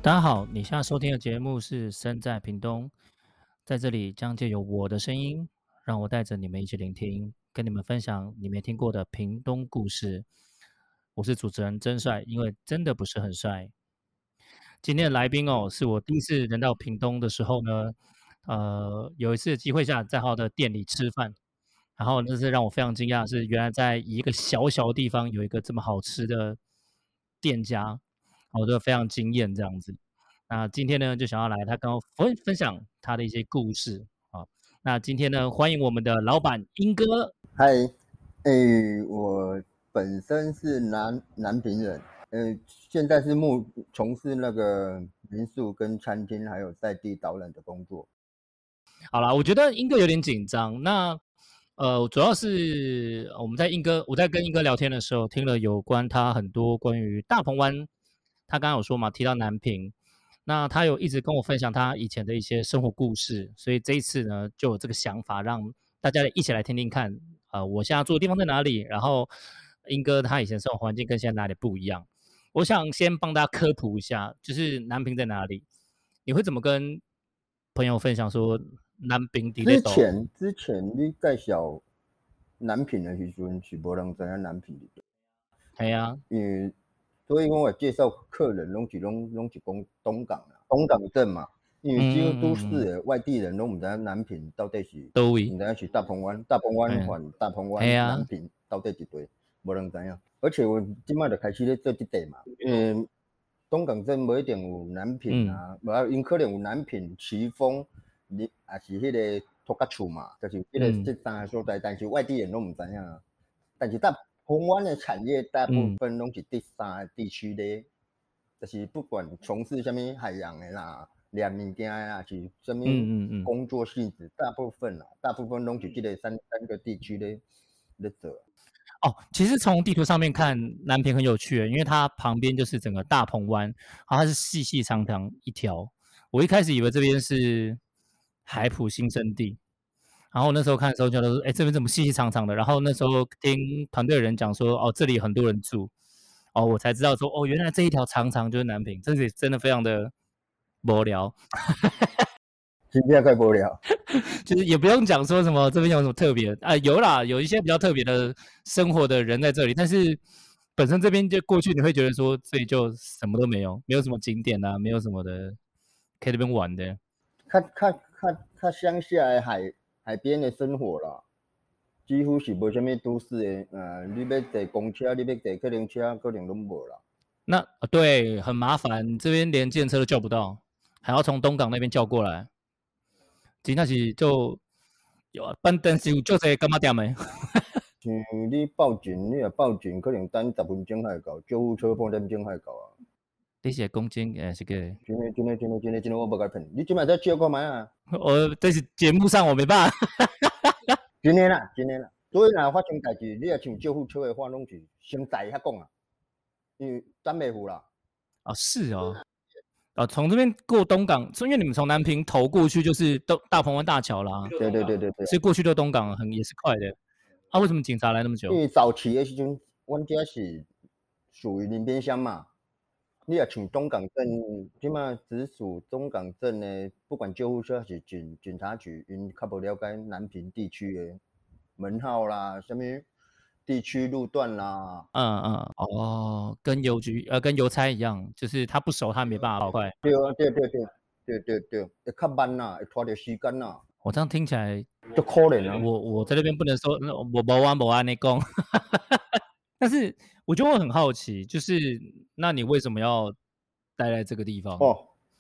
大家好，你现在收听的节目是身在屏东，在这里将借由我的声音，让我带着你们一起聆听，跟你们分享你没听过的屏东故事。我是主持人真帅，因为真的不是很帅。今天的来宾哦，是我第一次人到屏东的时候呢，有一次机会下在他的店里吃饭，然后那是让我非常惊讶，是原来在一个小小的地方有一个这么好吃的店家，我就非常惊艳这样子。那今天呢，就想要来他跟我分享他的一些故事啊。那今天呢，欢迎我们的老板英哥。 嗨，我本身是南平人，现在是从事那个民宿跟餐厅，还有在地导览的工作。 好啦，我觉得英哥有点紧张。那主要是我在跟英哥聊天的时候，听了有关他很多关于大鹏湾，他刚刚有说嘛，提到南平，那他有一直跟我分享他以前的一些生活故事，所以这一次呢，就有这个想法，让大家一起来听听看，我现在住的地方在哪里，然后英哥他以前生活环境跟现在哪里不一样。我想先帮大家科普一下，就是南平在哪里？你会怎么跟朋友分享说南平伫咧倒？ 之前你介绍南平的时阵，是无人知影南平伫倒， 系啊， 因为所以我介绍客人拢是讲东港啦，东港镇嘛。因为只有都市的外地人拢唔知影南平到底是倒位， 唔知影是大鹏湾、大鹏湾环、大鹏湾、 系啊南平到底一堆，无人知影。而且我即摆就开始咧做即块嘛，东港镇无一定有南平啊，无因可能有南平、旗峰，你也是迄个托卡厝嘛，就是迄个这三个所在，但是外地人拢唔知影啊。但是大鹏湾的产业大部分拢是第三个地区咧，就是不管从事什么海洋的啦、掠物件啦，是什么工作性质，大部分拢是这个三个地区咧做。 哦，其实从地图上面看，南平很有趣，因为它旁边就是整个大鹏湾，然后它是细细长长一条。我一开始以为这边是海埔新生地，然后那时候看的时候觉得说，哎，这边怎么细细长长的？然后那时候听团队的人讲说，哦，这里很多人住，哦，我才知道说，哦，原来这一条长长就是南平，这里真的非常的无聊。 真正快无聊， 就是也不用讲说什么这边有什么特别啊，有啦，有一些比较特别的生活的人在这里，但是本身这边就过去你会觉得说这里就什么都没有，没有什么景点啊，没有什么的可以这边玩的。 较乡下的海边的生活啦，几乎是无什么都市的，你要坐公车，你要坐客人车，可能拢无啦。 那对，很麻烦，这边连计程车都叫不到，还要从东港那边叫过来。真的是就有办登是有做这干嘛点的？ 像你报警，你若报警，可能等10分钟才会到，救护车半点钟才会到啊。 你是公斤是个？ 真的，我无甲骗你，即摆再照看卖啊。 我这是节目上我没办法。 真的啦。所以若发生代志，你若像救护车的话，拢是先在遐讲啊，因为等袂赴啦。 哦，是哦。从这边过东港，因为你们从南平头过去就是大鹏湾大桥啦， 对， 所以过去到东港也是快的。啊，为什么警察来那么久？ 因为早期的时阵，阮遮是属于林边乡嘛。你若像东港镇，即马直属东港镇的，不管救护车还是警察局，因较无了解南平地区的门号啦，什么地区路段啦。 哦，跟邮差一样，就是他不熟，他没办法跑快。 对，会较慢啦，会拖着时间啦。 我这样听起来， 就可怜啊！ 我在那边不能说我没安那讲，但是我就会很好奇，就是那你为什么要待在这个地方？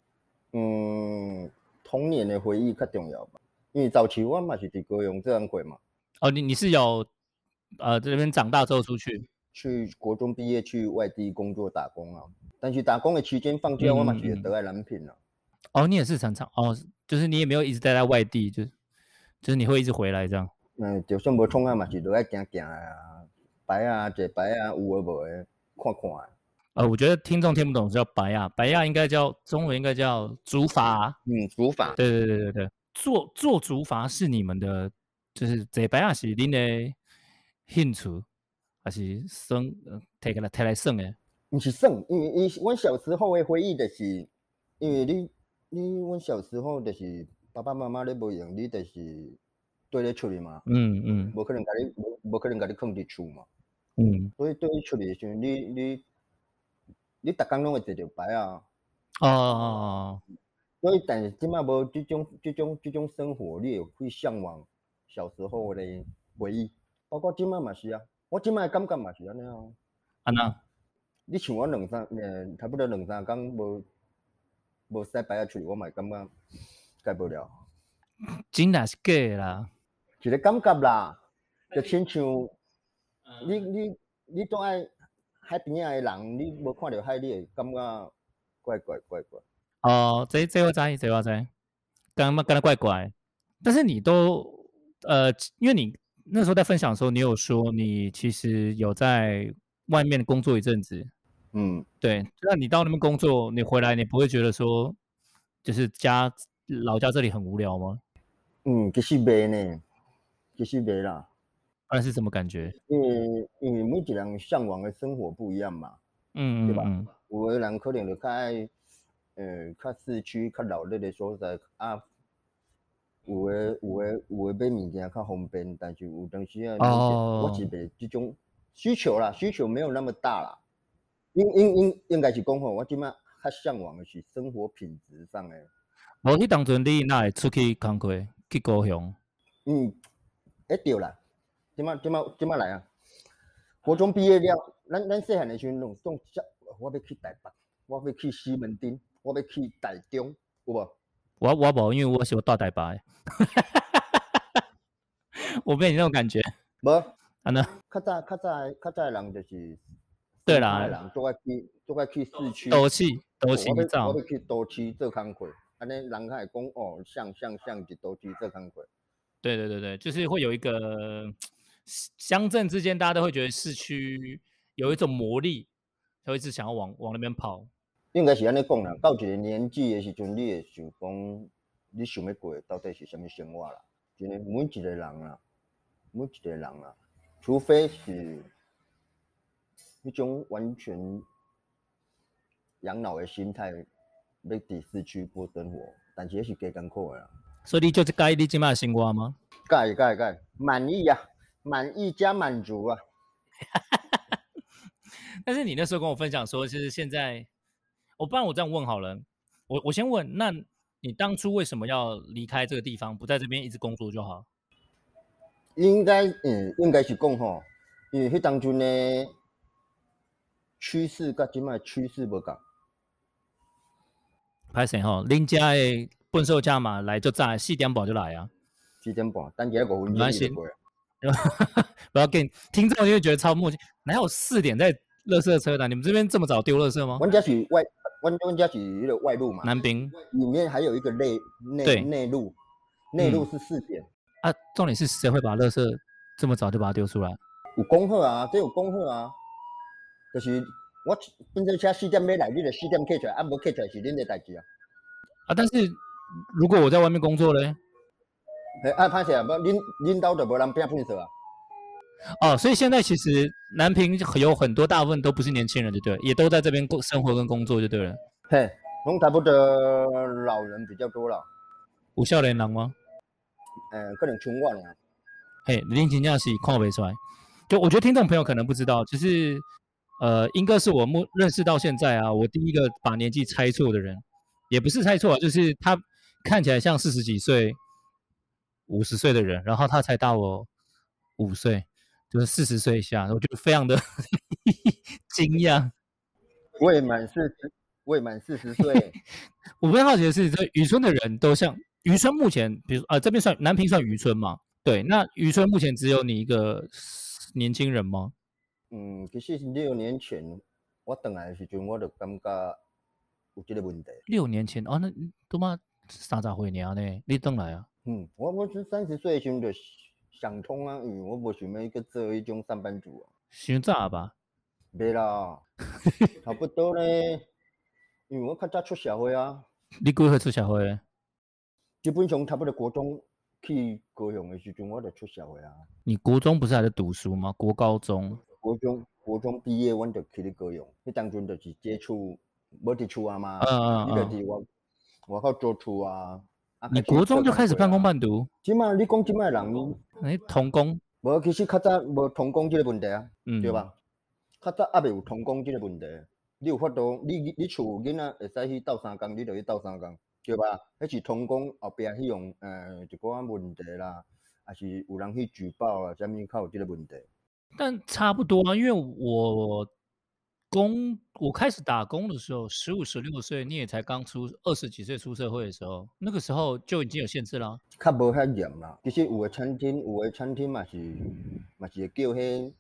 童年的回忆较重要吧，因为早期我嘛是伫高雄这样过嘛。 哦，你是有在那边长大之后出去？ 去国中毕业去外地工作打工啊，但是打工的期间放假我嘛是会倒来南平啊。 哦，你也是常常哦，就是你也没有一直待在外地，就是你会一直回来这样。 就算无创啊嘛是落来行行啊，摆啊坐摆啊，有诶无诶，看看。 我觉得听众听不懂是叫白亚，白亚应该叫中文应该叫竹筏。 竹筏。 对，做竹筏是你们的，就是坐白亚是恁的兴趣，还是算摕来耍诶？ 毋是耍，因为阮小时候的回忆就是因为阮小时候就是爸爸妈妈咧无闲，你就是对咧出去嘛，无可能甲你囥伫厝嘛，所以对咧出去诶时阵，你逐工拢会坐着牌啊。 哦， 所以，但是即摆无即种生活，你会去向往小时候的回忆，包括即摆嘛是啊。我即摆感觉嘛是安尼啊。 安那？ 你像我差不多2、3工无使摆啊出去，我嘛会感觉介无聊。 真若是假的啦。 一个感觉啦，就亲像你住在海边仔的人，你无看到海，你会感觉怪。 哦，这我知，这我知，感觉怪怪。但是你都因为你那时候在分享的时候，你有说你其实有在外面工作一阵子，对，那你到那边工作，你回来你不会觉得说，就是老家这里很无聊吗？ 其实袂呢，其实袂啦。 不然是什么感觉？ 因为每一个人向往的生活不一样嘛，对吧？有的人可能就较爱，较市区、较闹热的所在啊。有的买物件较方便，但是有当时啊，我是袂即种需求啦，需求没有那么大啦。应该是讲吼，我即摆较向往的是生活品质上的。 无迄当阵你哪会出去工课去高雄？ 对啦，即摆来啊！国中毕业了，咱细汉的时阵，我要去台北，我要去西门町，我要去台中，有无？ 我无，因为我是有大台北的，我没有你那种感觉。 无， 安那？ 较早的人就是对啦， 人都爱去市区， 都市我要去都市做工课，安尼人较会讲哦，像伫都市做工课。 对，就是会有一个乡镇之间，大家都会觉得市区有一种魔力，才会一直想要往那边跑。 应该是安尼讲啦，到一个年纪的时阵，你会想讲，你想要过的到底是啥物生活啦？真诶，每一个人啦，除非是迄种完全养老的心态，要伫市区过生活，但是迄是加艰苦的啦。 所以你就是介意你即摆的生活吗？ 介意，满意啊，满意加满足啊。 但是你那时候跟我分享说，就是现在，不然我这样问好了，我先问，那你当初为什么要离开这个地方，不在这边一直工作就好？ 应该是讲吼，因为迄当阵的趋势甲即摆趋势无共。 歹势吼，恁家的笨兽价嘛来就早4点半就来啊 4点半，等一下5分钟伊就过啊。 不要紧，听众就会觉得超默契。哪有4点在垃圾车的？你们这边这么早丢垃圾吗？ 阮家是迄个外路嘛， 南滨里面还有一个内路，内路是4点。 啊，重点是谁会把垃圾这么早就把它丢出来？ 有讲好啊，这有讲好啊，就是我变做车4点要来，你就4点摕出来，啊无摕出来是恁的代志啊。 但是如果我在外面工作嘞？ 歹势啊，恁兜就无人拼粪扫啊。所以现在其实南平有很多大部分都不是年轻人，就对了，也都在这边生活跟工作就对了。 嘿，拢差不多老人比较多啦。 有少年人吗？ 可能像我尔。 嘿，恁真正是看不出来。就我觉得听众朋友可能不知道，就是英哥是我认识到现在啊，我第一个把年纪猜错的人，也不是猜错啊，就是他看起来像40几岁、50岁的人，然后他才大我5岁，就是40岁以下，我觉得非常的惊讶。 未满40岁。 我非常好奇的是，这渔村的人都像渔村目前，比如这边南平算渔村嘛？对，那渔村目前只有你一个年轻人吗？ 其实6年前我回来的时阵，我就感觉有这个问题。 6年前哦，那都嘛30岁尔呢，你回来啊？ 我是30岁的时候就想通啊，因为我无想要去做迄种上班族啊。 伤早吧？ 袂啦，差不多咧，因为我较早出社会啊。 你几岁出社会？ 基本上差不多国中去高雄的时阵，我就出社会啊。 你国中不是还在读书吗？国高中？ 国中毕业，我就去咧高雄。迄当阵就是接触无伫厝啊嘛，你就伫外口做厝啊。 你国中就开始半工半读？ 即马你讲即马人， 童工？ 无，其实较早无童工即个问题啊，对吧？较早还袂有童工即个问题。你有法度，你厝囡仔会使去斗相共，你就去斗相共，对吧？迄是童工后壁迄种一寡问题啦，还是有人去举报啊，啥物较有即个问题。 但差不多啊，因为我开始打工的时候，15、16岁，你也才刚20几岁出社会的时候，那个时候就已经有限制了。 较无遐严啦，其实有的餐厅嘛是会叫迄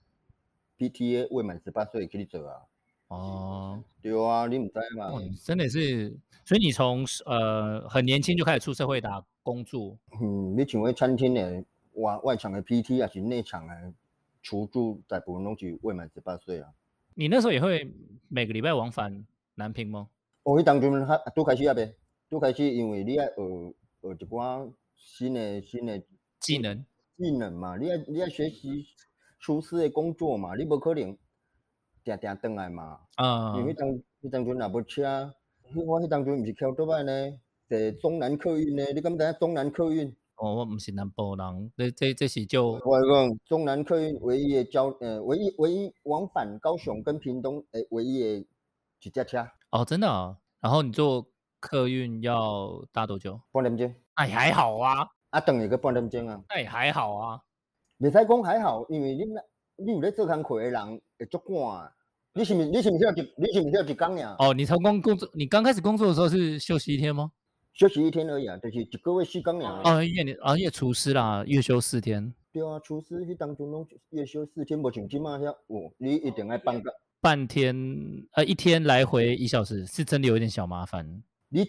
PTA 未满18岁去做啊。 哦， 对啊，你毋知嘛？ 真的是，所以你从很年轻就开始出社会打工作。 你像迄餐厅的外场的 PT 也是内场的厨助，大部分拢是未满18岁啊。 你那时候也会每个礼拜往返南平吗？ 迄当阵拄开始啊呗，拄开始因为你要学一寡新的技能嘛，你要学习厨师的工作嘛，你无可能定定转来嘛。因为迄当阵若无车，我迄当阵毋是翘倒摆呢，坐中南客运呢，你敢知影中南客运？ 我毋是南部人，这是就我讲中南客运唯一的唯一往返高雄跟屏东唯一的一架车。 哦，真的啊？然后你坐客运要搭多久？ 半点钟。 那也还好啊。 转去个半点钟啊。 那也还好啊。 袂使讲还好，因为你有咧做工课的人会足赶啊。你是毋是休一工尔？ 哦，你从工作，你刚开始工作的时候是休息1天吗？ 休息1天而已啊，就是一个月4工尔。 哦，月厨师啦，月休4天。 对啊，厨师迄当中拢月休4天，无像即马遐你一定要放假。 半天，1天来回1小时，是真的有一点小麻烦。 你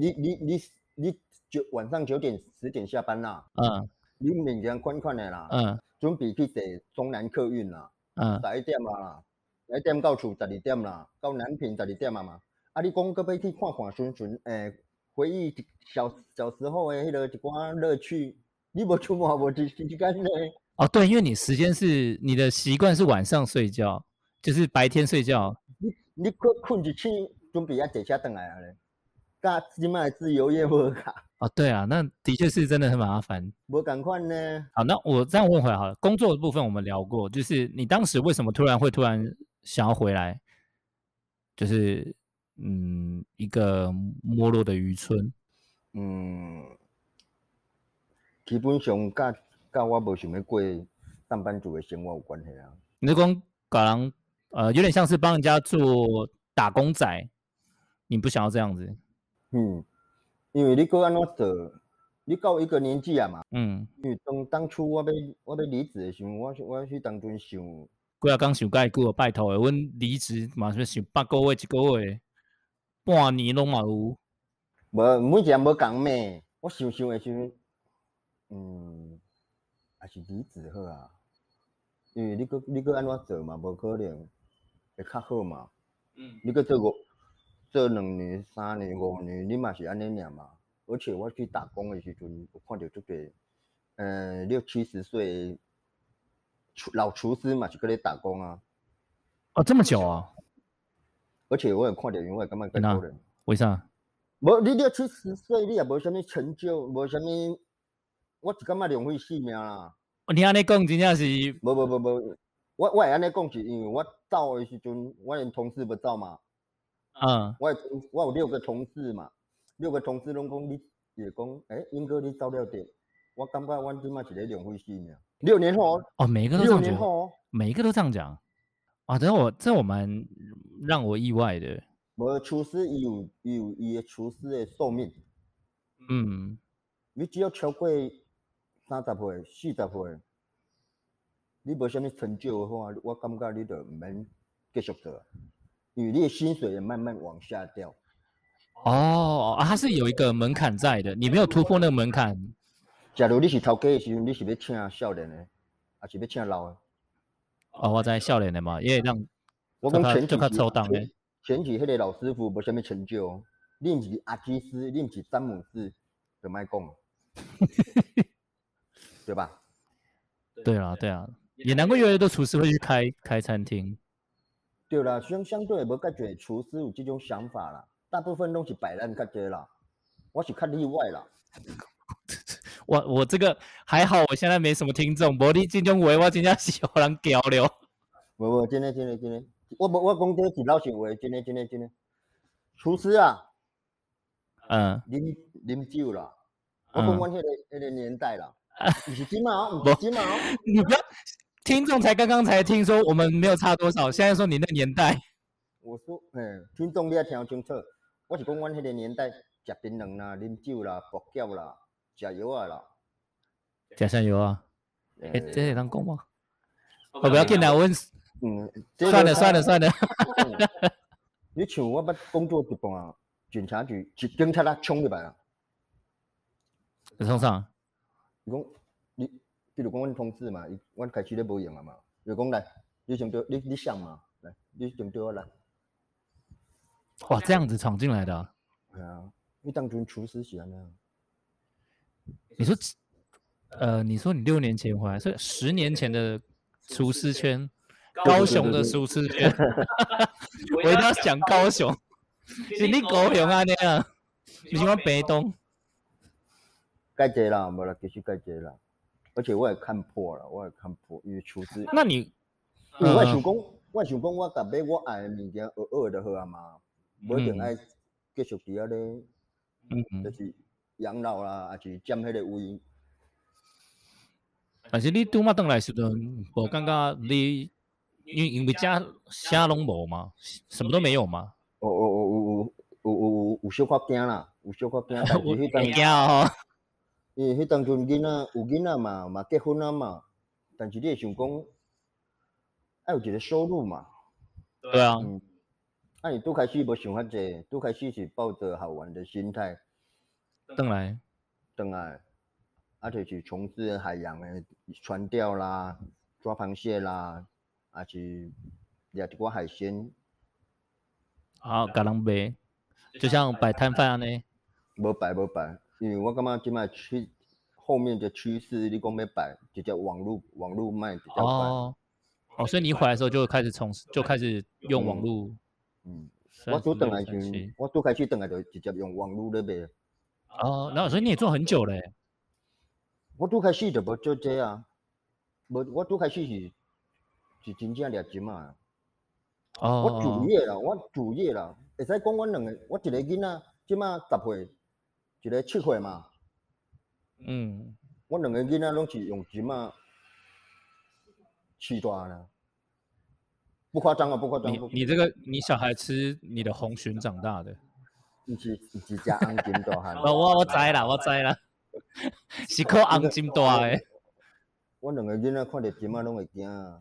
晚上9点10点下班啦。你物件款的啦。准备去坐中南客运啦。11点啊啦，11点到厝12点啦，到南平12点啊嘛。啊，你讲搁要去看纯回忆小时候的迄个一寡乐趣，你无出门无时间呢。 哦，对，因为你的习惯是晚上睡觉，就是白天睡觉。 你困一醒，准备要坐车回来啊咧。甲即摆自由业无共。 哦，对啊，那的确是真的很麻烦。 无共款呢。 好，那我这样问回来好了，工作的部分我们聊过，就是你当时为什么突然想要回来？就是一个没落的渔村。 基本上甲我无想要过上班族的生活有关系啊。 你是讲搞人有点像是帮人家做打工仔，你不想要这样子？ 因为你搁安怎做，你到一个年纪啊嘛。因为当初我要离职的时候，我去当阵想， 几啊工想介久，拜托的，阮离职嘛是想8个月、1个月、半年拢嘛有。 无每一项无共咩，我想的时候，还是离职好啊。因为你搁安怎做嘛，无可能会较好嘛。你搁做2年、3年、5年，你嘛是安尼尔嘛。而且我去打工的时阵，有看到足多，60、70岁老厨师嘛是搁咧打工啊。 哦，这么久啊！ 而且我有看到，因为我感觉更多人。 为啥？ 无你60、70岁，你也无啥物成就，无啥物，我是感觉浪费生命啦。 你安尼讲真正是无，我会安尼讲是因为我走的时阵，我连同事不走嘛。我有6个同事嘛，6个同事拢讲你也讲，英哥你走了点，我感觉我即马是咧浪费生命。6年后哦，每一个都这样讲，每一个都这样讲啊！这我蛮让我意外的。 无厨师有伊的厨师的寿命。你只要超过30岁、40岁，你无啥物成就的话，我感觉你就毋免继续做，因为你的薪水也慢慢往下掉。 它是有一个门槛在的，你没有突破那个门槛。 假如你是头家的时候，你是要请少年的，还是要请老的？ 我知少年的嘛，因为让我讲前期迄个老师傅无啥物成就，你毋是阿基斯，你毋是詹姆斯，就莫讲，对吧？ 对啊，也难怪越来越多厨师会去开餐厅。 对啦，相对无介侪厨师有这种想法啦，大部分拢是摆烂较多啦，我是较例外啦。 我这个还好，我现在没什么听众，无你这种话，我真正是互人交流。 无，真的，我讲这是老实话，真的。厨师啊，啉酒啦，我讲阮迄个年代啦，不是今嘛哦，不是今嘛哦。 你不要，听众刚刚才听说我们没有差多少，现在说你那年代。 我说，听众你要听清楚，我是讲阮迄个年代，食槟榔啦，啉酒啦，博缴啦，食药啊啦。 食啥药啊？这会当讲吗？我不要紧啦，阮算了。 你像我捌工作一半啊，警察局警察啦冲入来啦。 冲啥？ 伊讲你，比如讲阮同事嘛，阮开始咧无用啊嘛，就讲来，你先对，你想嘛，来，你先对我来。 哇，这样子闯进来的啊？ 系啊，你当初厨师是安那样。 你说你6年前回来，所以10年前的厨师圈，高雄的厨师圈，我一定要讲高雄，是你高雄啊那样，不是我北东。 介济啦，无啦，其实介济啦，而且我也看破了，因为厨师。 那你， 我想讲，我甲买我爱的物件，学就好啊嘛，无一定爱继续伫遐咧，就是养老啦，还是占迄个位。 但是你拄仔转来时阵，我感觉你因为家啥拢无嘛，什么都没有嘛。 有小可惊啦，有小可惊，但是迄当惊哦。 因为迄当阵有囡仔嘛结婚啊嘛，但是你会想讲，爱有一个收入嘛。 对啊。 你拄开始无想遐济，拄开始是抱着好玩的心态， 转来， 就是从事海洋的船钓啦、抓螃蟹啦，还是掠一寡海鲜。 好，甲人卖，就像摆摊贩安尼。 无摆，因为我感觉即摆后面的趋势，你讲要摆，直接网络卖比较快。 所以你一回来的时候就开始用网络。 我拄转来时，我拄开始转来就直接用网络咧卖。 那所以你也做很久嘞。 我拄开始就无做这啊，我拄开始是真正掠钱啊。我主业啦，会使讲阮两个，我一个囡仔即马10岁，一个7岁嘛。我两个囡仔拢是用钱啊饲大啦，不夸张啊，不夸张。 你小孩吃你的红鲟长大的？ 毋是食红金大汉。 我知啦，是靠红金大的。 我两个囡仔看到钱拢会惊啊。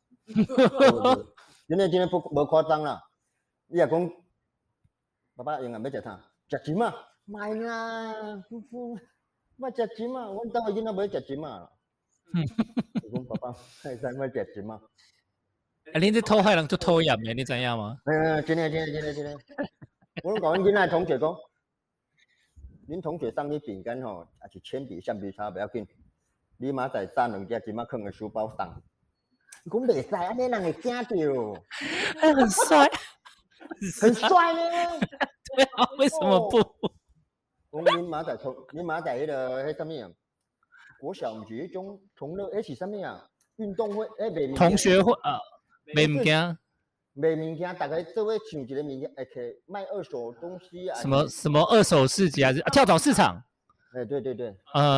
真的无夸张啦。你若讲，爸爸用啊要食啥？食钱啊？卖啦，夫妇，莫食钱啊！阮兜的囡仔无食钱啊。我讲爸爸，会使莫食钱啊？ 恁这偷害人就偷盐的，你知影吗？ 真的。我拢甲阮囡仔同学讲，恁同学送你饼干吼，还是铅笔、橡皮擦不要紧，你明仔载炸2只，即马放个书包送。伊讲袂使，安尼人会惊到。 很帅， 很帅呢。 对啊，为什么不？ 讲恁明仔载迄个啥物啊？国小毋是迄种同乐，是啥物啊？运动会卖同学会啊，卖物件。 卖物件，大家做伙抢一个物件，去卖二手东西啊。 什么二手市集还是跳蚤市场？ 对。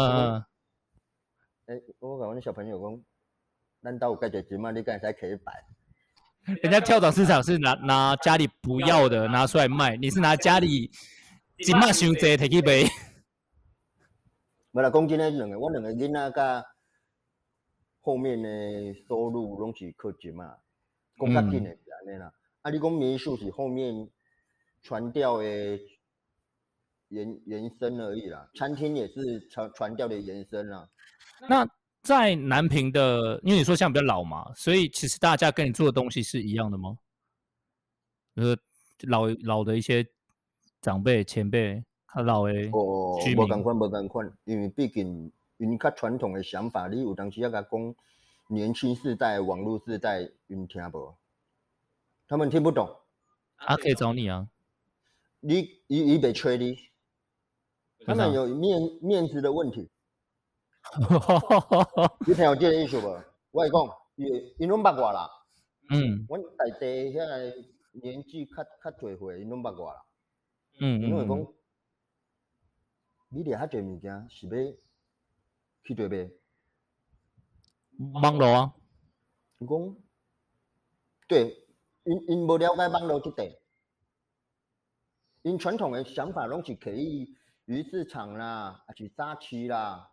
我甲阮小朋友讲，咱兜有介侪钱嘛，你敢会使起摆？ 人家跳蚤市场是拿家里不要的拿出来卖，你是拿家里钱嘛伤济摕去卖。 无啦，讲真诶，我两个囡仔甲后面的收入拢是靠钱嘛。讲较紧的是安尼啦，你讲民宿是后面传调的延伸而已啦，餐厅也是传调的延伸啦。 那在南平的，因为你说现在比较老嘛，所以其实大家跟你做的东西是一样的吗？老的一些长辈前辈，老的居民。 无同款，因为毕竟因较传统的想法，你有当时要甲讲。年轻世代、网络世代，因听无， 他们听不懂。 可以找你啊。 伊袂催你，他们有面子的问题。你听有这个意思无？我是讲，因拢捌我啦。阮大地遐个年纪较侪岁，因拢捌我啦。因拢会讲，你掠遐侪物件是要去对买？ 网络啊。 伊讲，对，因无了解网络这块，因传统的想法拢是去鱼市场啦，还是早市啦，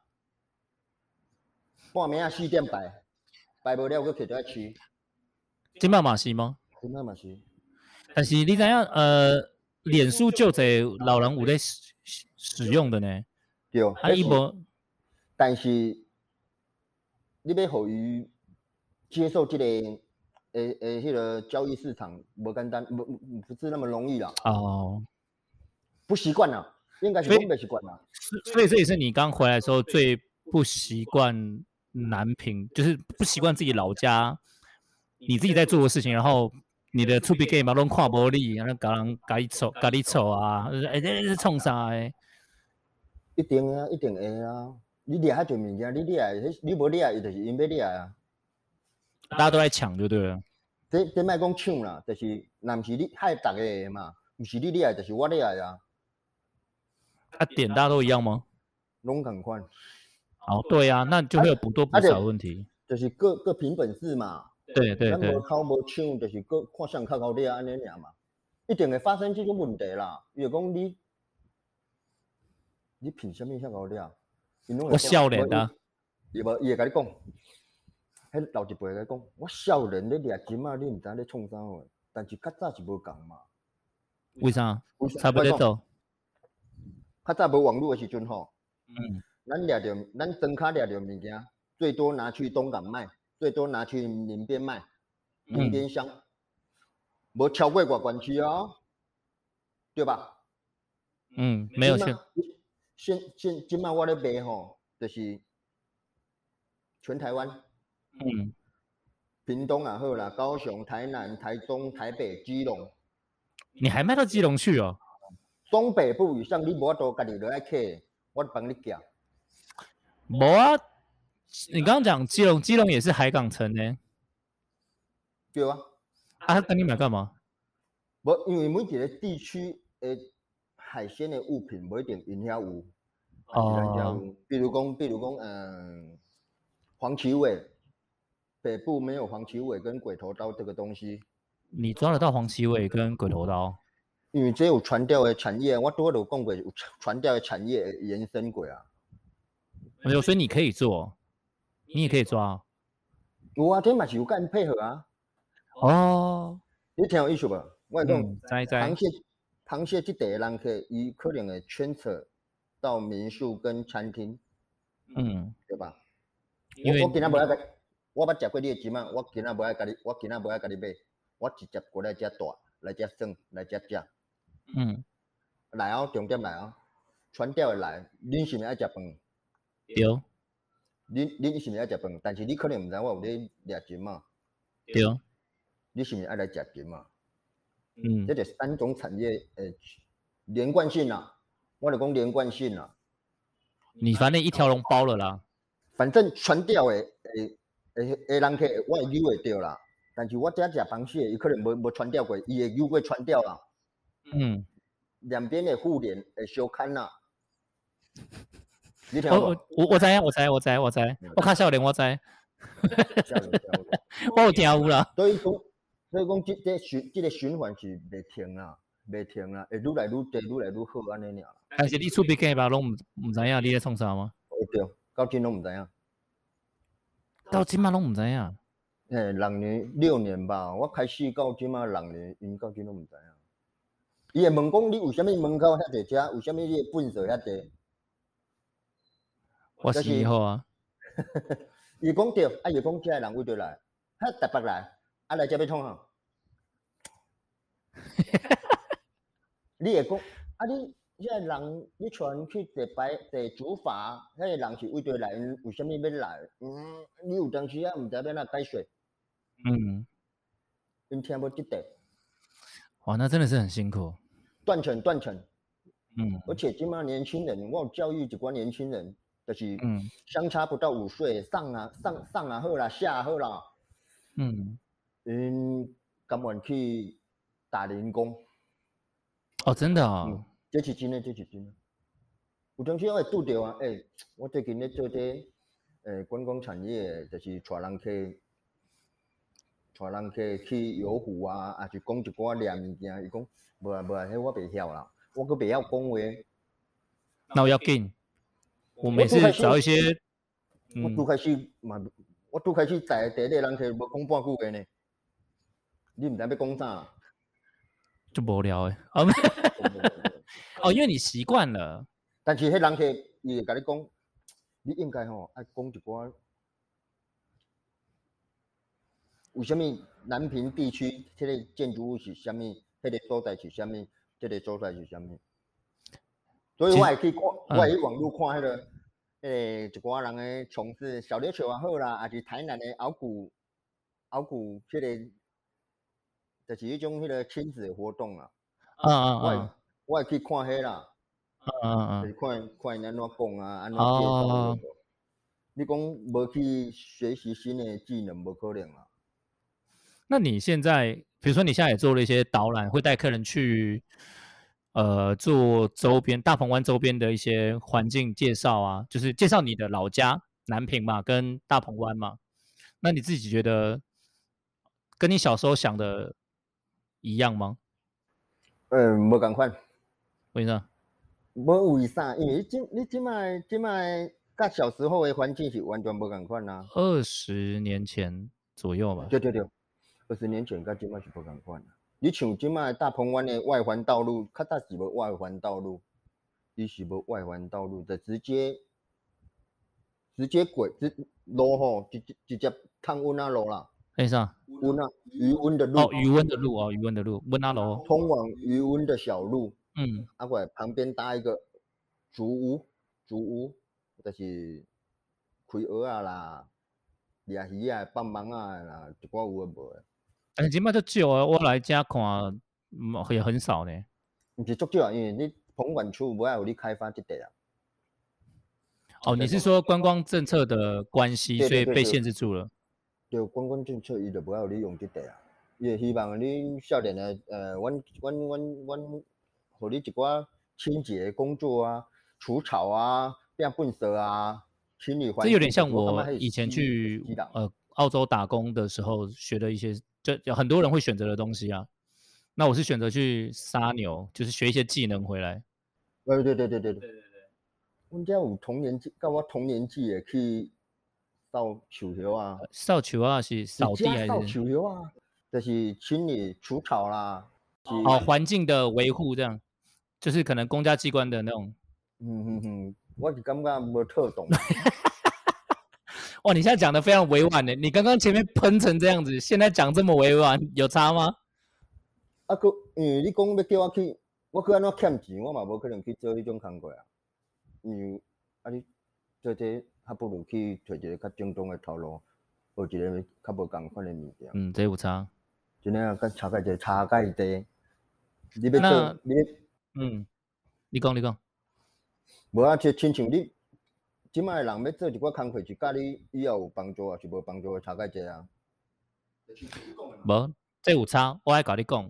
半暝啊4点摆无了，佮去倒来市。 今摆嘛是吗？ 今摆嘛是。 但是你知影脸书就侪老人有咧使用的呢。 对。 伊无， 但是你要互伊接受这个迄个交易市场，无简单，不是那么容易啦。 哦。 不习惯啦，应该是讲不习惯啦。 所以这也是你刚回来的时候最不习惯南平，就是不习惯自己老家，你自己在做的事情，然后你的厝边嘛拢看无你，然后甲你吵啊，这创啥的？ 一定啊，一定会啊！你掠遐侪物件，你掠，你无掠，伊就是因要掠啊。 大家都在抢，就对了。 这莫讲抢啦，就是若毋是你害大家的嘛，毋是你掠，就是我掠啊。 点大家都一样吗？ 拢同款。 哦，对啊，那就会有不多不少问题。 就是各凭本事嘛。 对。咱无偷无抢，就是各看谁较高掠安尼尔嘛。一定会发生这种问题啦。伊就讲你凭啥物遐高掠？ 我少年啊。 伊会甲你讲，迄老一辈甲你讲，我少年咧掠金啊，你毋知咧创啥货，但是较早是无共嘛。 为啥？差不多走。 较早无网络的时阵吼，咱庄卡掠着物件，最多拿去东港卖，最多拿去林边卖，林边乡，无超过外关区哦，对吧？ 没有错。 今麦我咧卖吼，就是全台湾，屏东也好啦，高雄、台南、台中、台北、基隆， 你还卖到基隆去哦？ 东北部以上你无法度家己落来客，我帮你寄。 无啊，你刚刚讲基隆也是海港城呢。 对啊。 跟你买干嘛？ 无，因为每一个地区的海鲜的物品不一定因遐有，还是咱遮有。比如讲，黄鳍尾，北部没有黄鳍尾跟鬼头刀这个东西。 你抓得到黄鳍尾跟鬼头刀？ 因为这有传调的产业，我多都讲过有传调的产业延伸过啊。 没有，所以你可以做，你也可以抓。 有啊，这嘛是有跟配合啊。 哦。 你听有意思无？我讲，螃蟹这类人客，伊可能会牵扯到民宿跟餐厅，对吧？我今仔无爱甲，我捌食过你的金仔，我今仔无爱甲你买，我直接过来遮大，来遮耍，来遮食。来哦，重点来哦，传调的来，恁是毋爱食饭？ 对。 恁是毋爱食饭？但是你可能毋知我有咧掠金嘛？ 对。 你是毋爱来食金嘛？这就3种产业连贯性啦，我就讲连贯性啦。 你反正一条龙包了啦。 反正传调的人客，我会扭会到啦。但是我遮食螃蟹，伊可能无传调过，伊会扭过传调啦。两边的互联会相牵啦。你听无？ 我知，我较少年我知。我有听有啦。 所以讲，这个循环是袂停啦，会愈来愈多，愈来愈好安尼尔。 但是你厝边个吧，拢唔知影你咧创啥吗？ 对，到今拢唔知影。 到今嘛拢唔知影。 6年吧，我开始到今嘛6年，因到今拢唔知影。伊会问讲你为虾米门口遐侪车，为虾米你的粪扫遐侪？ 我是好啊。 伊讲对，伊讲遮人为倒来，台北来，来遮要创啥？你会讲你遐人，你传去地主法，遐个人是为倒来，为虾米要来？你有当时毋知要哪解说？因听无即块。 哇，那真的是很辛苦。 断层断层。而嗯且今嘛年轻人，我有教育一寡年轻人，就是嗯相差不到5岁，上啊好啦，下好啦， 嗯， 甘愿去打零工。 哦，真的哦， 这是真的，这是真的。有当时我会拄着啊，我最近咧做这观光产业，就是带人去游湖啊，也是讲一寡掠物件，伊讲无啊，迄我袂晓啦，我阁袂晓讲话。 那我要紧，我们我也是拄开始， 找一些， 我拄开始嘛，我拄开始在第一个人客无讲半句话呢，你毋知要讲啥啦。 就无聊诶。哦，哦，因为你习惯了。 但是迄人客伊会甲你讲，你应该吼爱讲一寡，为什么南平地区迄个建筑物是啥物，迄个所在是啥物，这个所在是啥物。所以我会去看，我会去网络看迄个，一寡人诶从事小琉球也好啦，还是台南诶鳌骨迄个，就是迄种迄个亲子活动啦。我会去看迄啦，就是看因安怎讲啊，安怎介绍。你讲无去学习新的技能，无可能啦。 那你现在，比如说你现在也做了一些导览，会带客人去，做周边大鹏湾周边的一些环境介绍啊，就是介绍你的老家南平嘛，跟大鹏湾嘛。那你自己觉得跟你小时候想的一样吗？ 无共款。 为啥？ 无为啥？因为你即摆甲小时候的环境是完全无共款啦。 20年前左右吧。 对，20年前甲即摆是无共款啦。你像即摆大鹏湾的外环道路，较早是无外环道路，伊是无外环道路，就直接过路吼，直接通温啊路啦。 啥？ 温啊，余温的路。 哦，余温的路哦，余温的路，温啊路。 通往余温的小路。过来旁边搭一个竹屋，就是开蚵仔啦、掠鱼啊、放网啊啦，一寡有诶无诶。 但是即摆足少啊，我来遮看，也很少呢。 毋是足少啊，因为你澎管处无爱有你开发这块啊。 哦，你是说观光政策的关系，所以被限制住了？ 对，观光政策伊就无爱有你用这块啊。伊会希望你少年诶，阮，互你一寡清洁工作啊、除草啊、变粪扫啊、清理环境。 这有点像我以前去澳洲打工的时候学的一些，就很多人会选择的东西啊。那我是选择去杀牛，就是学一些技能回来。 对。阮遮有同年纪，甲我同年纪诶去扫树叶啊。 扫树啊是扫地还是？ 扫树叶啊，就是清理除草啦。 哦，环境的维护这样，就是可能公家机关的那种。 我是感觉无特懂。 哇，你现在讲的非常委婉呢。你刚刚前面喷成这样子，现在讲这么委婉，有差吗？ 因为你讲要叫我去，我去安怎欠钱，我嘛无可能去做迄种工作啊。你做这，还不如去找一个较正当的头路，学一个较无共款的物件。 这有差。 真诶啊，甲差介济。你要做， 你讲。 无啊，亲像你，即摆人要做一寡工课，是甲你以后有帮助啊，是无帮助的差介济啊。 无，这有差。我爱甲你讲，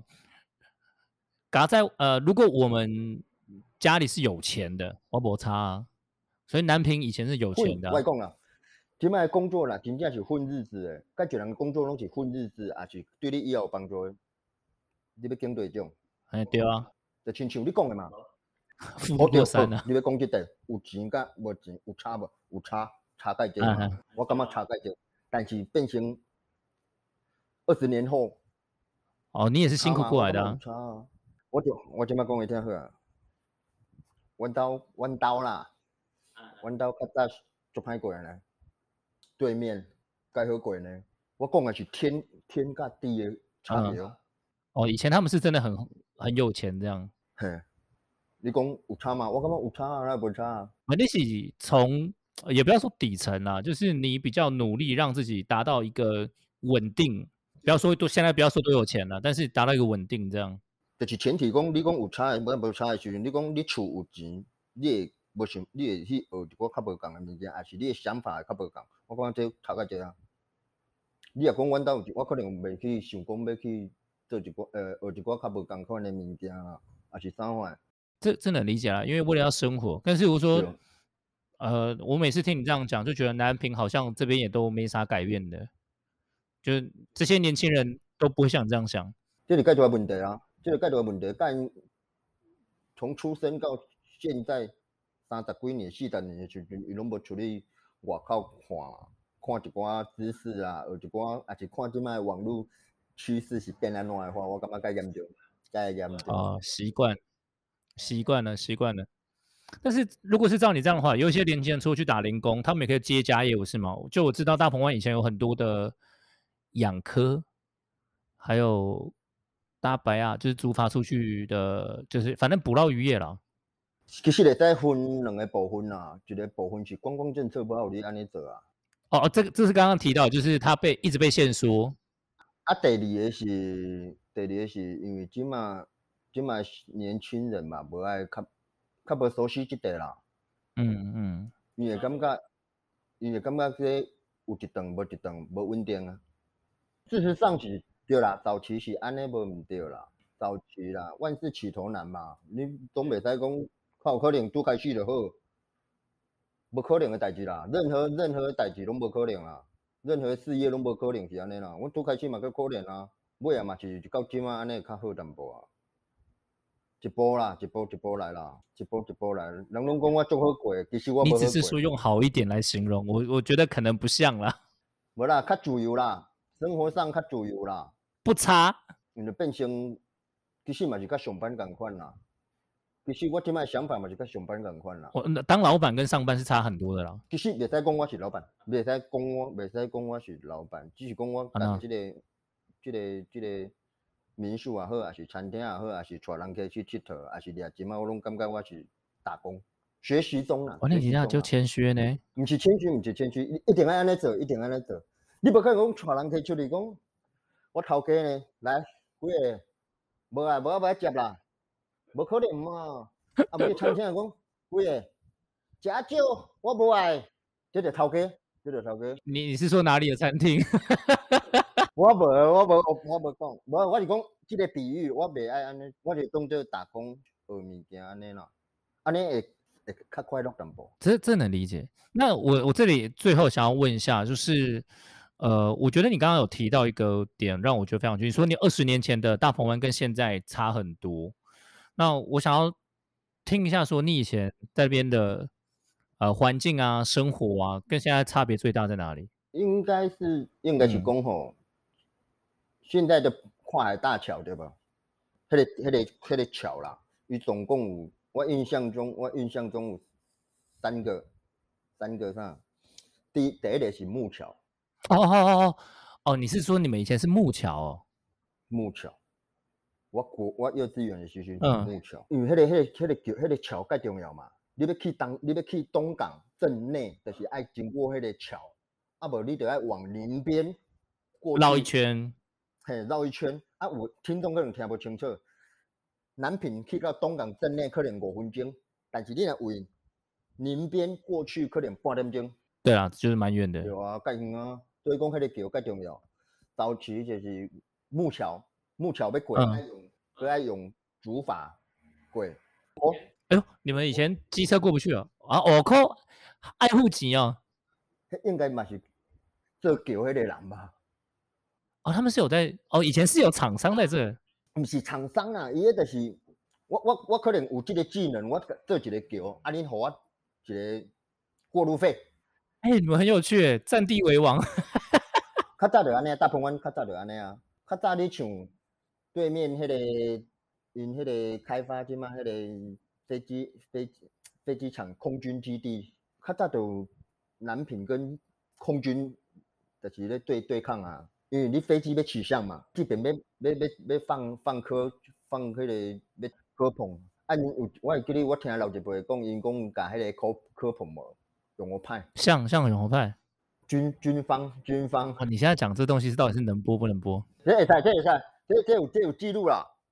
如果我们家里是有钱的，我无差啊。所以南平以前是有钱的。 我讲啦，即摆工作啦，真正是混日子诶。甲一人工作拢是混日子，也是对你以后有帮助的。你要拣对种。 对啊。 就亲像你讲的嘛。 富不过三啊。 你要讲即块，有钱甲无钱有差无？有差介济嘛。我感觉差介济，但是变成20年后。 哦，你也是辛苦过来的啊。 差啊！我即摆讲你听好啊。阮兜啦，阮兜较早足歹过呢。对面介好过呢。我讲的是天甲地的差别哦。 哦，以前他们是真的很有钱这样。 嘿，你讲有差吗？我感觉有差啊，哪无差啊？ 你是从也不要说底层啦，就是你比较努力让自己达到一个稳定，不要说现在不要说多有钱了，但是达到一个稳定这样。 就是前提讲，你讲有差诶，无差诶时阵，你讲你厝有钱，你会无想，你会去学一寡较无共诶物件，还是你诶想法会较无共？我感觉这头家这啊。你若讲阮兜有我可能袂去想讲要去做一寡学一寡较无共款诶物件啦，还是啥款。 这能理解啦，因为为了要生活。但是如果说， 对， 我每次听你这样讲，就觉得南平好像这边也都没啥改变的，就是这些年轻人都不会像这样想。 这是介大问题啊！这个介大问题，干从出生到现在30几年、40年诶时阵，伊拢无出去外口看一寡知识啊，学一寡，也是看即摆网络趋势是变安怎诶话，我感觉介严重，介严重。 习惯了。但是如果是照你这样的话，有一些年轻人除了去打零工，他们也可以接家业，是吗？就我知道大鹏湾以前有很多的养科，还有大白啊，就是租发出去的，就是反正捕捞渔业啦。 其实会使分两个部分啦，一个部分是观光政策无互你安尼做啊。 这是刚刚提到，就是他一直被限缩。 啊，第二个是因为即马年轻人嘛，无爱较无熟悉即块啦。伊会感觉这有一顿无一顿，无稳定啊。事实上是对啦，早期是安尼无毋对啦，早期啦，万事起头难嘛，你总袂使讲较有可能拄开始就好，无可能诶代志啦，任何代志拢无可能啦，任何事业拢无可能是安尼啦。阮拄开始嘛较可能啊，尾啊嘛是到即仔安尼较好淡薄啊。一步啦，一步来啦，一步来。人拢讲我足好过，其实我无好过。 你只是说用好一点来形容，我觉得可能不像啦。 无啦，较自由啦，生活上较自由啦。 不差。 因为变成其实嘛是甲上班共款啦。其实我即摆想法嘛是甲上班共款啦。 当老板跟上班是差很多的啦。 其实袂使讲我是老板，袂使讲我是老板，只是讲我干即个民宿也好，还是餐厅也好，还是带人客去佚佗，还是掠钱啊，我拢感觉我是打工，学习中啦。 那真正就谦虚呢。 毋是谦虚，毋是谦虚，一定要安尼做，一定安尼做。你无可能讲带人客出去讲，我头家呢，来几个，无啊，无爱接啦，无可能嘛。啊，毋是餐厅讲几个，食少，我无爱，这就头家，这就头家。 你是说哪里的餐厅？ 我无讲，无我是讲即个比喻，我袂爱安尼，我就当做打工学物件安尼啦，安尼会较快乐淡薄。 这能理解。那我这里最后想要问一下，就是我觉得你刚刚有提到一个点，让我觉得非常清楚，说你20年前的大鹏湾跟现在差很多。那我想要听一下，说你以前在那边的环境啊、生活啊，跟现在差别最大在哪里？ 应该是讲吼，现在的跨海大桥对吧？迄个桥啦，伊总共有我印象中有三个啥？第一个是木桥。 你是说你们以前是木桥哦？ 木桥，我幼稚园的时阵是木桥，因为迄个桥介重要嘛。你要去东港镇内，就是爱经过迄个桥，啊无你就要往林边过去绕一圈。 嘿，绕一圈。啊，有听众可能听不清楚，南平去到东港镇内可能5分钟，但是你若为林边过去可能半点钟。 对啊，就是蛮远的。 对啊，介远啊，所以讲迄个桥介重要。早期就是木桥要过，爱用竹筏过。 哎呦，你们以前机车过不去哦？靠，爱护钱哦。 应该嘛是做桥迄个人吧？ 他们是有在以前是有厂商在这。 毋是厂商啊，伊迄就是我可能有这个技能，我做一个桥，啊，恁互我一个过路费。 你们很有趣耶，占地为王。 较早就安尼，大鹏湾较早就安尼啊。较早你像对面迄个因迄个开发即嘛，迄个飞机场空军基地，较早就南平跟空军就是咧对抗啊。因为你飞机要起降嘛，这边要放迄个要科棚。啊，我会记得我听老一辈讲，因讲甲迄个科棚无永和派， 像永和派。 军方。 你现在讲这东西到底是能播不能播？ 这会使，这有记录啦。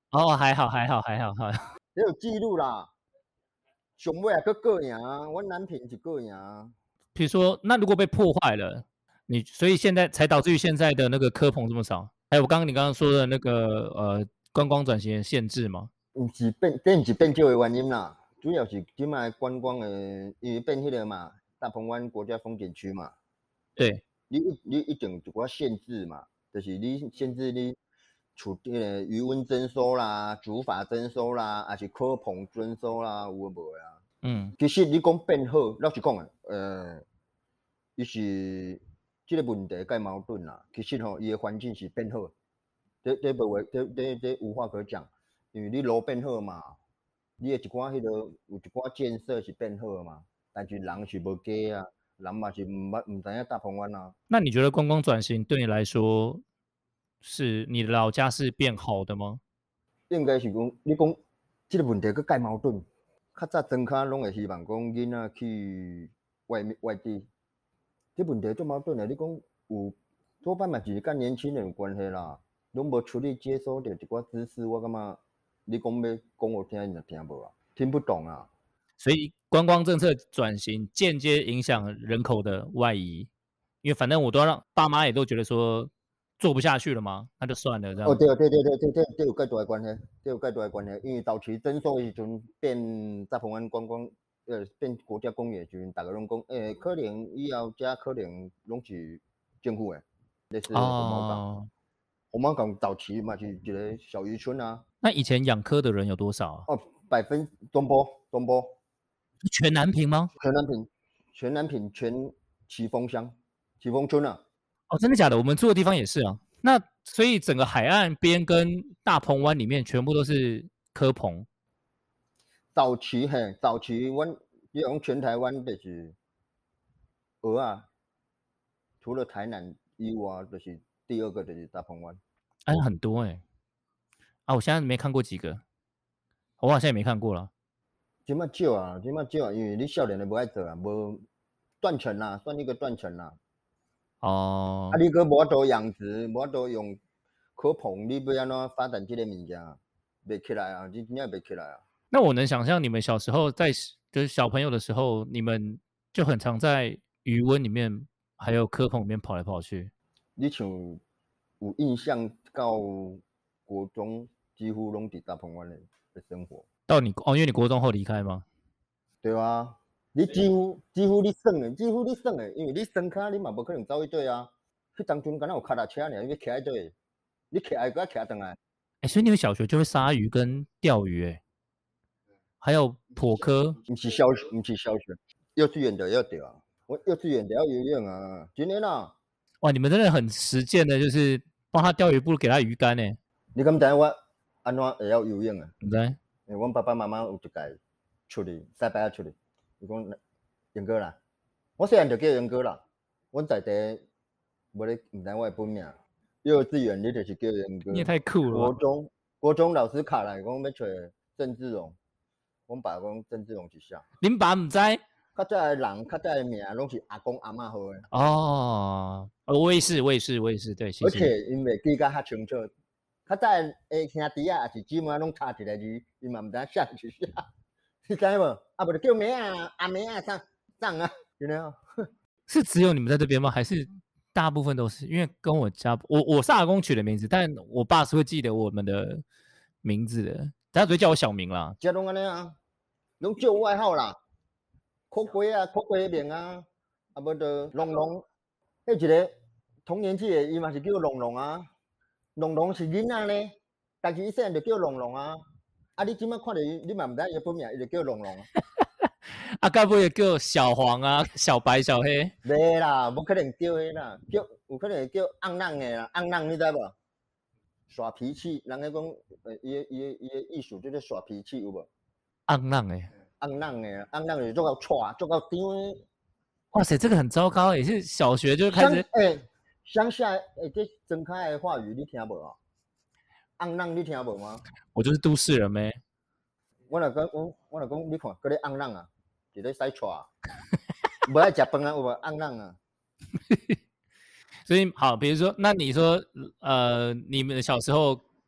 哦，还好， 也有记录啦。上尾还佫过赢，阮南平是过赢。 比如说，那如果被破坏了，所以现在才导致于现在的那个科棚这么少。还有你刚刚说的那个观光转型的限制吗？ 这毋是变少的原因啦，主要是即摆观光的，因为变迄个嘛，大鹏湾国家风景区嘛。 对， 你一定有一寡限制嘛，就是你限制你处迄个渔温征收啦、竹筏征收啦，还是科棚征收啦，有诶无诶啊？其实你讲变好，老实讲伊是即个问题甲矛盾啦。其实伊诶环境是变好，这无话，这无话可讲，因为你路变好嘛，你诶一寡迄落有一寡建设是变好嘛，但是人是无加啊。人嘛是毋知影大鹏湾啊。 那你觉得观光转型对你来说，是你的老家是变好的吗？ 应该是讲，你讲即个问题佫介矛盾。较早庄脚拢会希望讲囡仔去外地，这问题足矛盾诶。你讲有多半嘛是甲年轻人有关系啦，拢无处理接收到一寡知识，我感觉你讲要讲我听，因就听无啊，听不懂啊。 所以观光政策转型间接影响人口的外移，因为反正我都要让爸妈也都觉得说做不下去了嘛，那就算了这样。 对，这有介大的关系，这有介大的关系。因为早期征收的时阵变大鹏湾观光，变国家公园的时阵，大家拢讲，可能以后遮可能拢是政府的，类似红毛港。红毛港早期嘛是一个小渔村啊。 那以前养科的人有多少啊？ 东波， 全南平吗？ 全南平，全旗峰乡、旗峰村啊。 哦，真的假的？我们住的地方也是啊。那所以整个海岸边跟大鹏湾里面全部都是科棚。 早期阮你讲全台湾就是鹅啊，除了台南以外，就是第二个就是大鹏湾。 哎，很多哎。啊，我现在没看过几个，我好像也没看过了。 即摆少啊，因为你少年的无爱做啊，无断层啦，算一个断层啦。 哦。 啊，你佫无法度养殖，无法度用科棚，你要安怎发展这个物件？袂起来啊，你真正袂起来啊。 那我能想象你们小时候就是小朋友的时候，你们就很常在渔温里面还有科棚里面跑来跑去。 你像有印象到国中几乎拢伫大鹏湾的生活。 到你因为你国中后离开吗？ 对啊，你几乎你耍的，因为你双脚你嘛无可能走去对啊。迄当阵敢若有脚踏车尔，你要徛喺对，你徛还佫徛转来。 所以你们小学就会杀鱼跟钓鱼还有剖科。 毋是小学，幼稚园就要钓啊。我幼稚园就要游泳啊，真的啦。 哇，你们真的很实践的，就是帮他钓鱼，不如给他鱼竿你敢知影我安怎会晓游泳啊？ 唔知？ 因为阮爸爸妈妈有一届出去西北出去，伊讲元哥啦，我细汉就叫元哥啦。阮在地无咧，毋知我的本名。幼稚园你就是叫元哥。 你也太酷了吧。 国中老师卡来讲要找郑志荣，阮爸讲郑志荣是啥？ 恁爸唔知？ 较早的人，较早的名拢是阿公阿嬷号的。 哦，我也是，对，谢谢。 而且因为记甲较清楚，较早的兄弟啊，也是姊妹拢差一个字，伊嘛毋知写是啥，你知无？啊，无就叫名啊、阿名啊、上啊，有没有？ 是只有你们在这边吗？还是大部分都是？因为跟我家，我是阿公取的名字，但我爸是会记得我们的名字的，他只会叫我小名啦。 遮拢安尼啊，拢叫外号啦，苦瓜啊、苦瓜面啊，啊无就龙龙，迄一个同年纪的，伊嘛是叫龙龙啊。龙龙是囡仔呢，但是伊细汉就叫龙龙啊。啊，你即摆看到伊，你嘛毋知伊本名，伊就叫龙龙啊。 啊，该不会叫小黄啊、小白、小黑？ 袂啦，无可能叫迄啦，有可能叫昂浪的啦，昂浪你知无？耍脾气，人家讲，伊的艺术就是耍脾气，有无？ 昂浪昂浪就是做到拽，做到张的。 哇塞，这个很糟糕是小学就开始。 乡下这睁开的话语你听无啊？昂浪你听无吗？ 我就是都市人呗。 我若讲，你看，嗰啲昂浪啊，伫咧使拽，无爱食饭啊，有无昂浪啊？ 所以好，比如说，那你说，你们小时候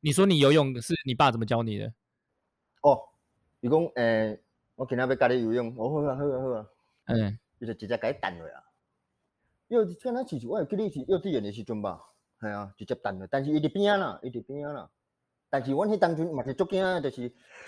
你说你游泳是你爸怎么教你的？ 哦，伊讲我今仔要教你游泳，好啊好啊好啊， 嗯， 伊就直接甲伊弹落啊。敢若是我会记你是幼稚园的时阵吧，系啊，直接弹落，但是伊伫边仔啦，伊伫边仔啦。但是阮迄当阵嘛是足惊的，就是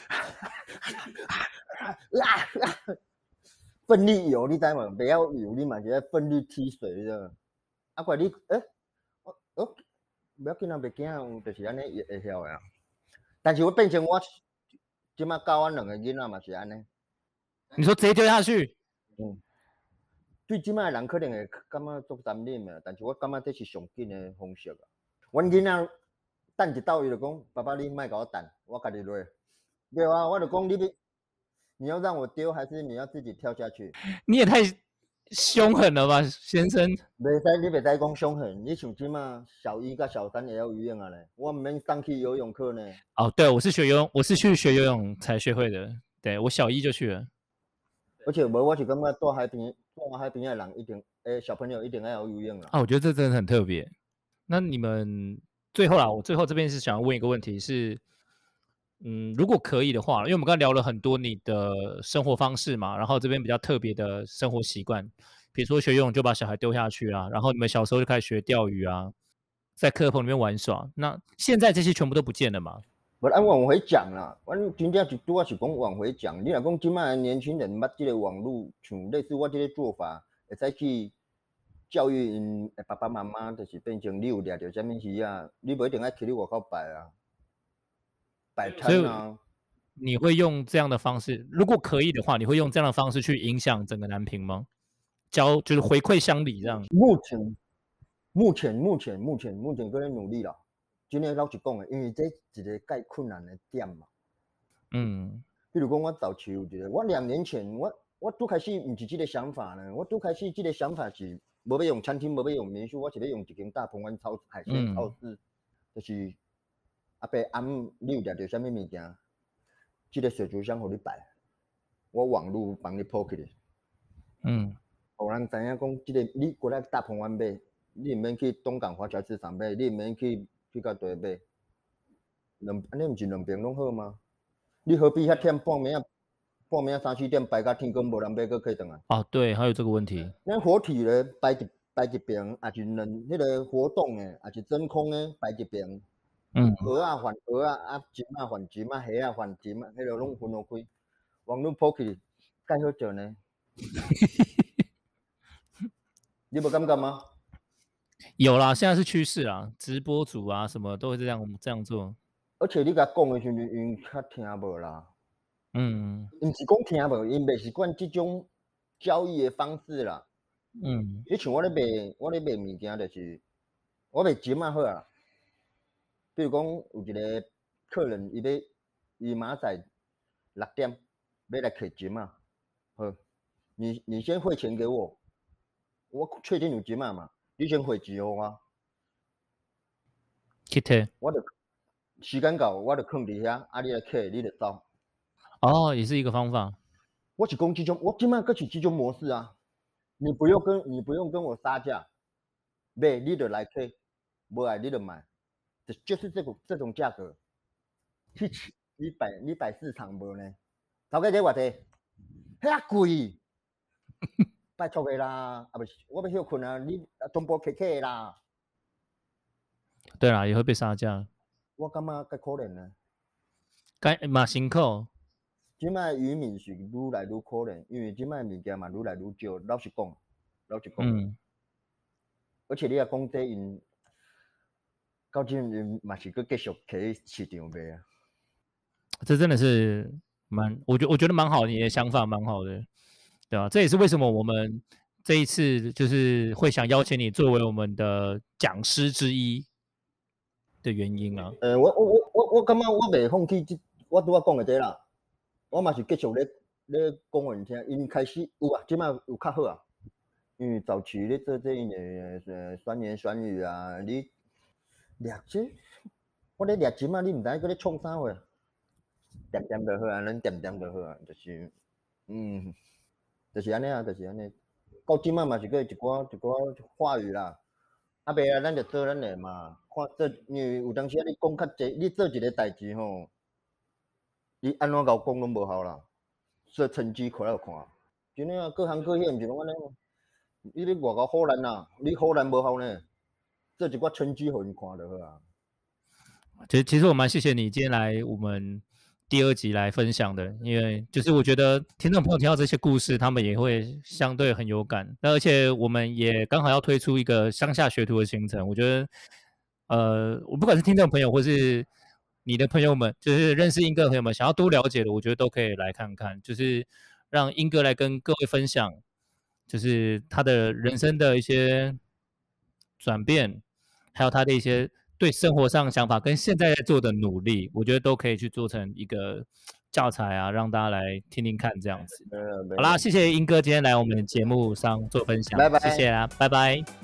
奋力游，你知嘛？袂晓游，你嘛是要奋力踢水的。啊，怪你我不要紧啊，袂惊，就是安尼会晓的啊。但是我变成我即马教阮两个囡仔嘛是安尼。 你说直接丢下去？ 嗯，对即摆人可能会感觉足残忍的，但是我感觉这是上紧的方式啊。阮囡仔等一到伊就讲：爸爸，你莫甲我等，我家己落。对啊，我就讲你要让我丢，还是你要自己跳下去？ 你也太凶狠了吧，先生！ 袂使，你袂使讲凶狠。你像即马小一甲小三会晓游泳啊咧，我毋免上去游泳课呢。 哦，对，我是去学游泳才学会的。对，我小一就去了。 而且无，我是感觉住海边的人一定，小朋友一定要游泳啦。 啊，我觉得这真的很特别。那你们最后啦，我最后这边是想要问一个问题是，如果可以的话，因为我们刚刚聊了很多你的生活方式嘛，然后这边比较特别的生活习惯，比如说学游泳就把小孩丢下去啊，然后你们小时候就开始学钓鱼啊，在课棚里面玩耍。那现在这些全部都不见了吗？ 无按往回讲啦，阮真正是拄仔是讲往回讲。你若讲即摆年轻人捌即个网络，像类似我即个做法，会使去教育因爸爸妈妈，就是变成你有掠着啥物鱼啊，你无一定爱去你外口摆啊，摆摊啊。 你会用这样的方式，如果可以的话，你会用这样的方式去影响整个南平吗？就是回馈乡里这样。 目前搁咧努力啦。真诶老实讲诶，因为这一个介困难诶点嘛。比如讲我早期有一个，我2年前我拄开始毋是即个想法呢，我拄开始即个想法是无要用餐厅，无要用民宿，我是要用一间大鹏湾海鲜超市，就是阿伯暗你有掠着啥物物件，即个水族箱互你摆，我网络帮你铺起来。互人知影讲，即个你过来大鹏湾买，你毋免去东港华侨市场买，你毋免去到地买，安尼毋是两边拢好吗？你何必遐忝半暝3、4点摆到天光无人买，搁开转来？ 哦，对，还有这个问题。 咱活体咧摆一边，也是迄个活动诶，也是真空诶摆一边。蚵仔换蚵仔，金仔换金仔，虾仔换金仔，迄个拢分好开。网络铺起，介好做呢？你无感觉吗？ 有啦，现在是趋势啦，直播主啊什么都会这样做。 而且你甲讲诶时阵，因较听无啦。因毋是讲听无，因袂习惯即种交易诶方式啦。你像我咧卖物件，就是我卖金仔好啊。比如讲有一个客人，伊明仔6点要来摕金仔，好，你先汇钱给我，我确定有金仔嘛，你先汇钱互我， 去摕。 我就时间到，我就囥伫遐，啊，你来摕，你就走。 哦，也是一个方法。 我是讲即种，我即摆佫是即种模式啊。你不用跟我杀价，买你就来摕，无爱你就买，就是这种价格。你摆市场无呢？头家这偌济？遐贵，拜托个啦！啊，不是，我要休困啊，你中波客客啦。 对啦，也会被杀价。 我感觉介可怜呢。 嘛辛苦。 即摆渔民是愈来愈可怜，因为即摆物件嘛愈来愈少。老实讲。而且你若讲这因，到即因嘛是佫继续摕市场卖啊。 这真的是我觉得蛮好的，你的想法蛮好的，对吧？这也是为什么我们这一次就是会想邀请你作为我们的讲师之一的原因啊。 我感觉我袂放弃我拄仔讲的这啦，我嘛是继续咧讲互因听，因开始有啊，即摆有较好啊。因为早期咧做这个酸言酸语啊，你掠这，我咧掠钱啊，你毋知影搁咧创啥货，点点就好啊，咱点点就好啊，就是安尼啊，就是安尼。到即摆嘛是搁一寡话语啦， 啊，袂啊，咱就做咱的嘛，看做，因为有当时啊，你讲较济，你做一个代志吼，你安怎甲我讲拢无效啦，做成绩看了看，真诶啊，各行各业毋是拢安尼吗？你咧外口唬咱啊，你唬咱无效呢，做一寡成绩互因看就好啊。 其实我蛮谢谢你今天来我们第2集来分享的，因为就是我觉得听众朋友听到这些故事，他们也会相对很有感。那而且我们也刚好要推出一个乡下学徒的行程，我觉得，我不管是听众朋友或是你的朋友们，就是认识英哥的朋友们，想要多了解的，我觉得都可以来看看，就是让英哥来跟各位分享，就是他的人生的一些转变，还有他的一些对生活上的想法跟现在在做的努力，我觉得都可以去做成一个教材啊，让大家来听听看这样子。好啦，谢谢英哥今天来我们节目上做分享， 拜拜。 谢谢啊，拜拜。